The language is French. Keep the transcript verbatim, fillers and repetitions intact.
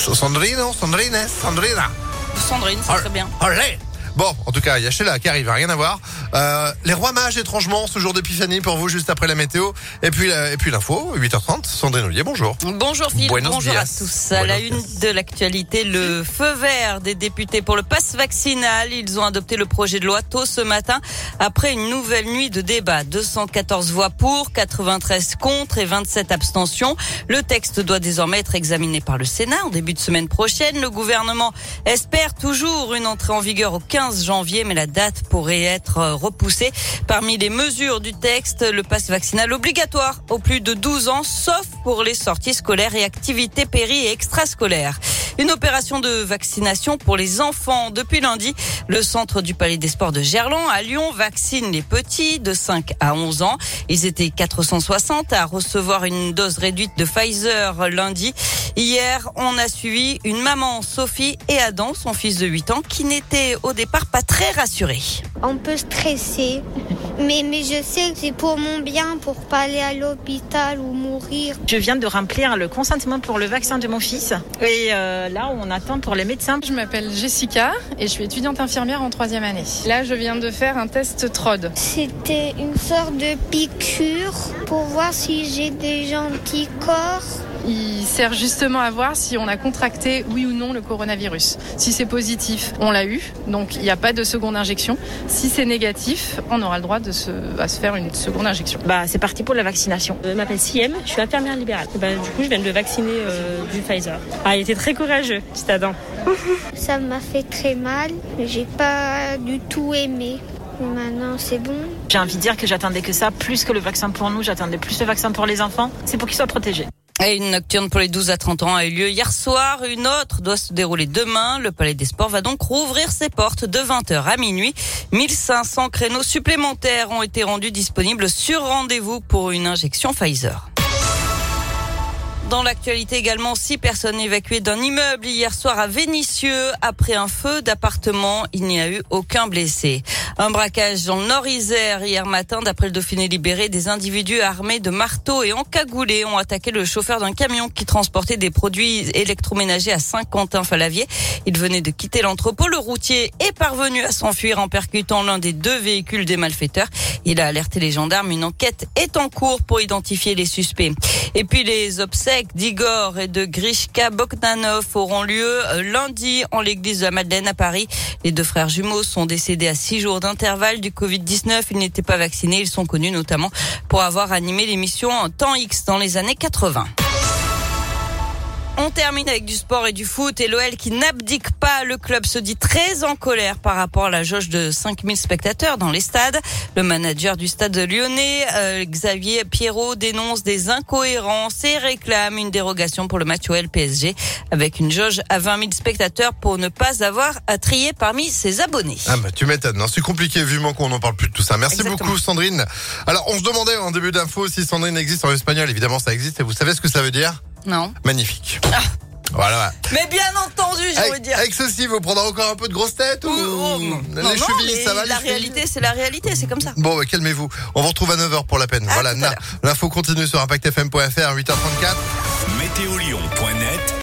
Sandrine, Sandrine, Sandrina. Sandrine, c'est très bien. Allez. Bon, en tout cas, il y a Sheila qui arrive, rien à voir. Euh, les rois mages, étrangement, ce jour d'épiphanie pour vous, juste après la météo. Et puis, euh, et puis l'info, huit heures trente, Sandrine Ollier, bonjour. Bonjour Phil, Buenos bonjour dias. à tous. À la une de l'actualité, le feu vert des députés pour le pass vaccinal. Ils ont adopté le projet de loi tôt ce matin après une nouvelle nuit de débat. deux cent quatorze voix pour, quatre-vingt-treize contre et vingt-sept abstentions. Le texte doit désormais être examiné par le Sénat en début de semaine prochaine. Le gouvernement espère toujours une entrée en vigueur au quinze janvier, mais la date pourrait être repoussée. Parmi les mesures du texte, le pass vaccinal obligatoire aux plus de douze ans, sauf pour les sorties scolaires et activités péri- et extrascolaires. Une opération de vaccination pour les enfants. Depuis lundi, le centre du Palais des Sports de Gerland à Lyon vaccine les petits de cinq à onze ans. Ils étaient quatre cent soixante à recevoir une dose réduite de Pfizer lundi. Hier, on a suivi une maman, Sophie, et Adam, son fils de huit ans, qui n'était au départ pas très rassuré. Un peu stressé, mais, mais je sais que c'est pour mon bien, pour pas aller à l'hôpital ou mourir. Je viens de remplir le consentement pour le vaccin de mon fils et euh, là on attend pour les médecins. Je m'appelle Jessica et je suis étudiante infirmière en troisième année. Là je viens de faire un test T R O D. C'était une sorte de piqûre pour voir si j'ai des anticorps. Il sert justement à voir si on a contracté oui ou non le coronavirus. Si c'est positif, on l'a eu, donc il n'y a pas de seconde injection. Si c'est négatif, on aura le droit de se, à se faire une seconde injection. Bah c'est parti pour la vaccination. Je m'appelle Siem, je suis infirmière libérale. Bah, du coup je viens de le vacciner euh, du Pfizer. Ah, il était très courageux, petit Adam. Ça m'a fait très mal, mais j'ai pas du tout aimé. Maintenant, c'est bon. J'ai envie de dire que j'attendais que ça, plus que le vaccin pour nous, j'attendais plus le vaccin pour les enfants. C'est pour qu'ils soient protégés. Et une nocturne pour les douze à trente ans a eu lieu hier soir. Une autre doit se dérouler demain. Le Palais des Sports va donc rouvrir ses portes de vingt heures à minuit. mille cinq cents créneaux supplémentaires ont été rendus disponibles sur rendez-vous pour une injection Pfizer. Dans l'actualité également, six personnes évacuées d'un immeuble hier soir à Vénissieux. Après un feu d'appartement, il n'y a eu aucun blessé. Un braquage dans le Nord-Isère hier matin. D'après le Dauphiné libéré, des individus armés de marteaux et encagoulés ont attaqué le chauffeur d'un camion qui transportait des produits électroménagers à Saint-Quentin-Falavier. Il venait de quitter l'entrepôt. Le routier est parvenu à s'enfuir en percutant l'un des deux véhicules des malfaiteurs. Il a alerté les gendarmes. Une enquête est en cours pour identifier les suspects. Et puis les obsèques d'Igor et de Grishka Bogdanov auront lieu lundi en l'église de la Madeleine à Paris. Les deux frères jumeaux sont décédés à six jours d'intervalle du covid dix-neuf. Ils n'étaient pas vaccinés. Ils sont connus notamment pour avoir animé l'émission Temps X dans les années quatre-vingts. On termine avec du sport et du foot et l'O L qui n'abdique pas. Le club se dit très en colère par rapport à la jauge de cinq mille spectateurs dans les stades. Le manager du stade lyonnais, euh, Xavier Pierrot, dénonce des incohérences et réclame une dérogation pour le match O L P S G avec une jauge à vingt mille spectateurs pour ne pas avoir à trier parmi ses abonnés. Ah bah tu m'étonnes, non, c'est compliqué vivement qu'on n'en parle plus de tout ça. Merci Exactement. beaucoup Sandrine. Alors on se demandait en début d'info si Sandrine existe en espagnol. Évidemment ça existe et vous savez ce que ça veut dire ? Non. Magnifique. Ah. Voilà. Mais bien entendu, j'ai envie Avec, de dire. avec ceci, vous prendrez encore un peu de grosse tête ou Oh, non, les non, chevilles, mais ça va la les chevilles réalité, c'est la réalité, c'est comme ça. Bon, bah, calmez-vous. On vous retrouve à neuf heures pour la peine. À voilà, tout à na- l'heure. l'info continue sur impact f m point f r, huit heures trente-quatre. météo lyon point net